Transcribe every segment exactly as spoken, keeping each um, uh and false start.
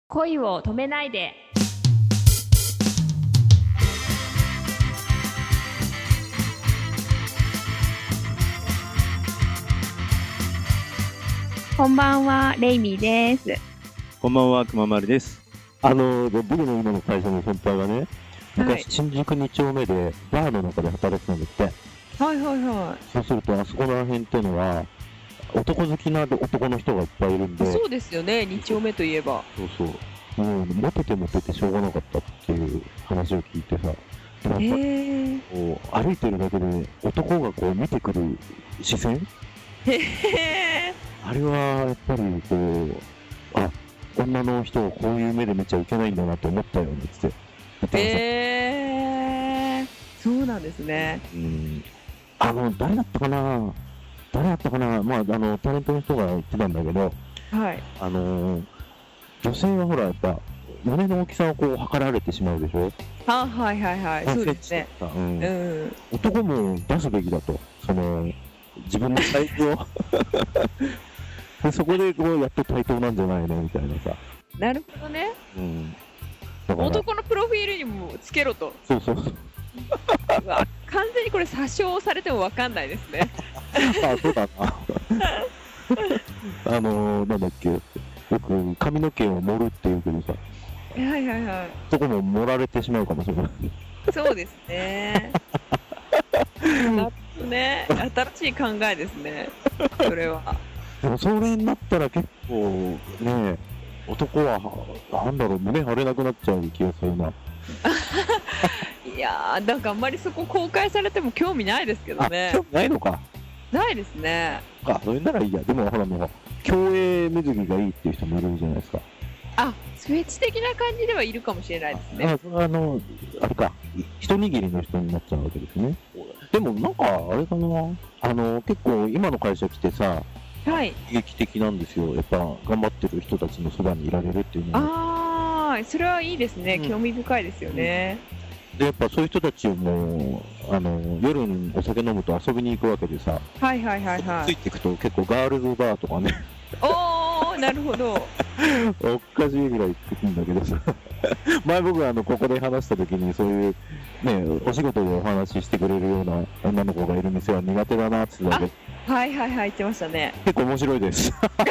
恋を止めないで。こんばんは、レイミーです。 こんばんは、くままるです。 あの僕の今の会社の先輩がね、昔、はい、新宿に丁目でバーの中で働いてたんだって。 はいはいはい。 そうするとあそこら辺ってのは男好きな男の人がいっぱいいるんで。 そうですよね、に丁目といえば。 そうそう、もうモテてモテてしょうがなかったっていう話を聞いてさ、でもやっぱりこう歩いてるだけで男がこう見てくる視線、 へあれはやっぱりこう、あ、女の人をこういう目で見ちゃいけないんだなと思ったよねって言って。 へー、そうなんですね。 うん、あの誰だったかな誰だったかなまああのタレントの人が言ってたんだけど、 はい、 あのー、女性はほらやっぱ胸の大きさをこう測られてしまうでしょ。 あ、はいはいはい、そうですね。 うんうん、男も出すべきだと、その自分のサイズをでそこでこうやっと対等なんじゃないのみたいなさ。 なるほどね、 うん、 男のプロフィールにもつけろと。 そうそうそううわ、完全にこれ詐称されても分かんないですね。 あ、そうだなあのー、なんだっけ、よく髪の毛を盛るっていうけどさ、 はいはいはい、 そこも盛られてしまうかもしれない。 そうですね。なるほどね、新しい考えですね、それは。 でもそれになったら結構ね、男はなんだろう、胸張れなくなっちゃう気がするな。 いやー、なんかあんまりそこ公開されても興味ないですけどね。 興味ないのか。 ないですね。 あ、それならいいや。でもほらもう競泳水着がいいっていう人もいるじゃないですか。 あ、フェチ的な感じではいるかもしれないですね。 あ、それはあのあれか、一握りの人になっちゃうわけですね。でもなんかあれかな、あの結構今の会社来てさ、はい、悲劇的なんですよ。やっぱ頑張ってる人たちのそばにいられるっていうのは。 ああ、それはいいですね、うん、興味深いですよね。 でやっぱそういう人たちもあの夜にお酒飲むと遊びに行くわけでさ、 はいはいはいはい、 ついていくと結構ガールズバーとかねおー、なるほどおっかしいぐらい行ってくんだけどさ前僕はあのここで話した時に、そういうねお仕事でお話ししてくれるような女の子がいる店は苦手だなって言ってたけど、はいはいはい、言ってましたね。 結構面白いです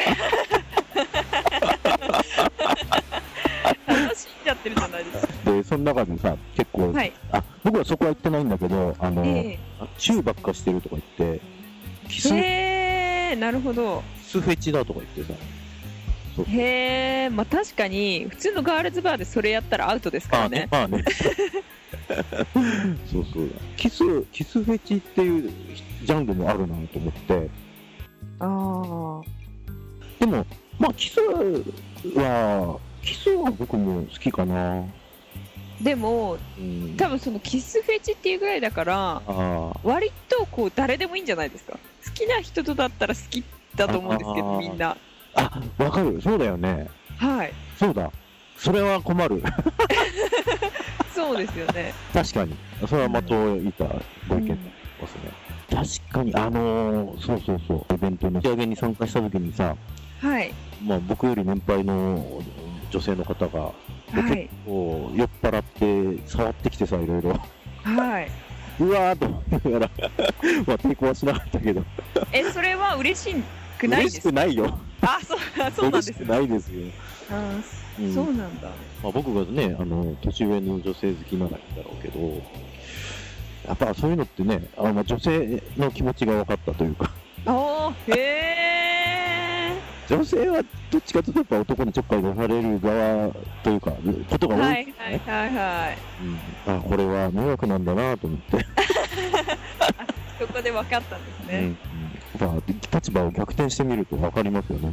楽しんじゃってるじゃないですか。 でその中でさ、結構、はい、あ、僕はそこは行ってないんだけど、あの、えー、チューばっかしてるとか言ってキス、 へー、なるほど、 キスフェチだとか言ってさ。 へー、まあ確かに普通のガールズバーでそれやったらアウトですからね。 まあね、まあねそうそう、キスキスフェチっていうジャンルもあるなと思って。 ああ、 でもまあキスはキスは僕も好きかな。 でも、うん、多分そのキスフェチっていうぐらいだから割とこう誰でもいいんじゃないですか。好きな人とだったら好きだと思うんですけど、みんな。 あ、わかる、そうだよね。 はい、そうだ、それは困るそうですよね。 確かにそれは的を射たご意見ですね、うん、確かにあのー、そうそうそう、イベントの仕上げに参加した時にさ、 はい、まあ、僕より年配の女性の方が、はい、結構酔っ払って触ってきてさ、いろいろ、 はい、 うわーと思いながらまあ抵抗はしなかったけどえ、それは嬉しくないですか？ 嬉しくないよ。 あ、そう、そうなんですね。 嬉しくないですよ。 あ、うん、そうなんだ。 まあ、僕がね、あの年上の女性好きならいいんだろうけど、やっぱそういうのってね、あの女性の気持ちが分かったというかおー、へー、 女性はどっちかというとやっぱ男にちょっかい出される側というかことが多いですね。 はいはいはいはい、 うん、あ、これは迷惑なんだなと思ってそこで分かったんですね。うん、 まあ、立場を逆転してみると分かりますよね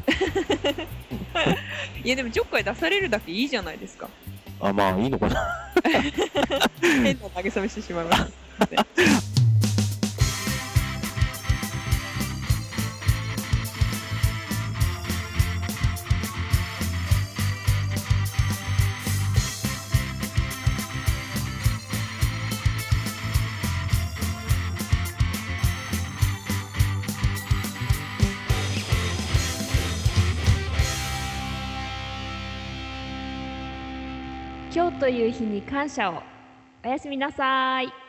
いやでもちょっかい出されるだけいいじゃないですか。 あ、まあいいのかな変な慰めしてしまいました今日という日に感謝を。おやすみなさい。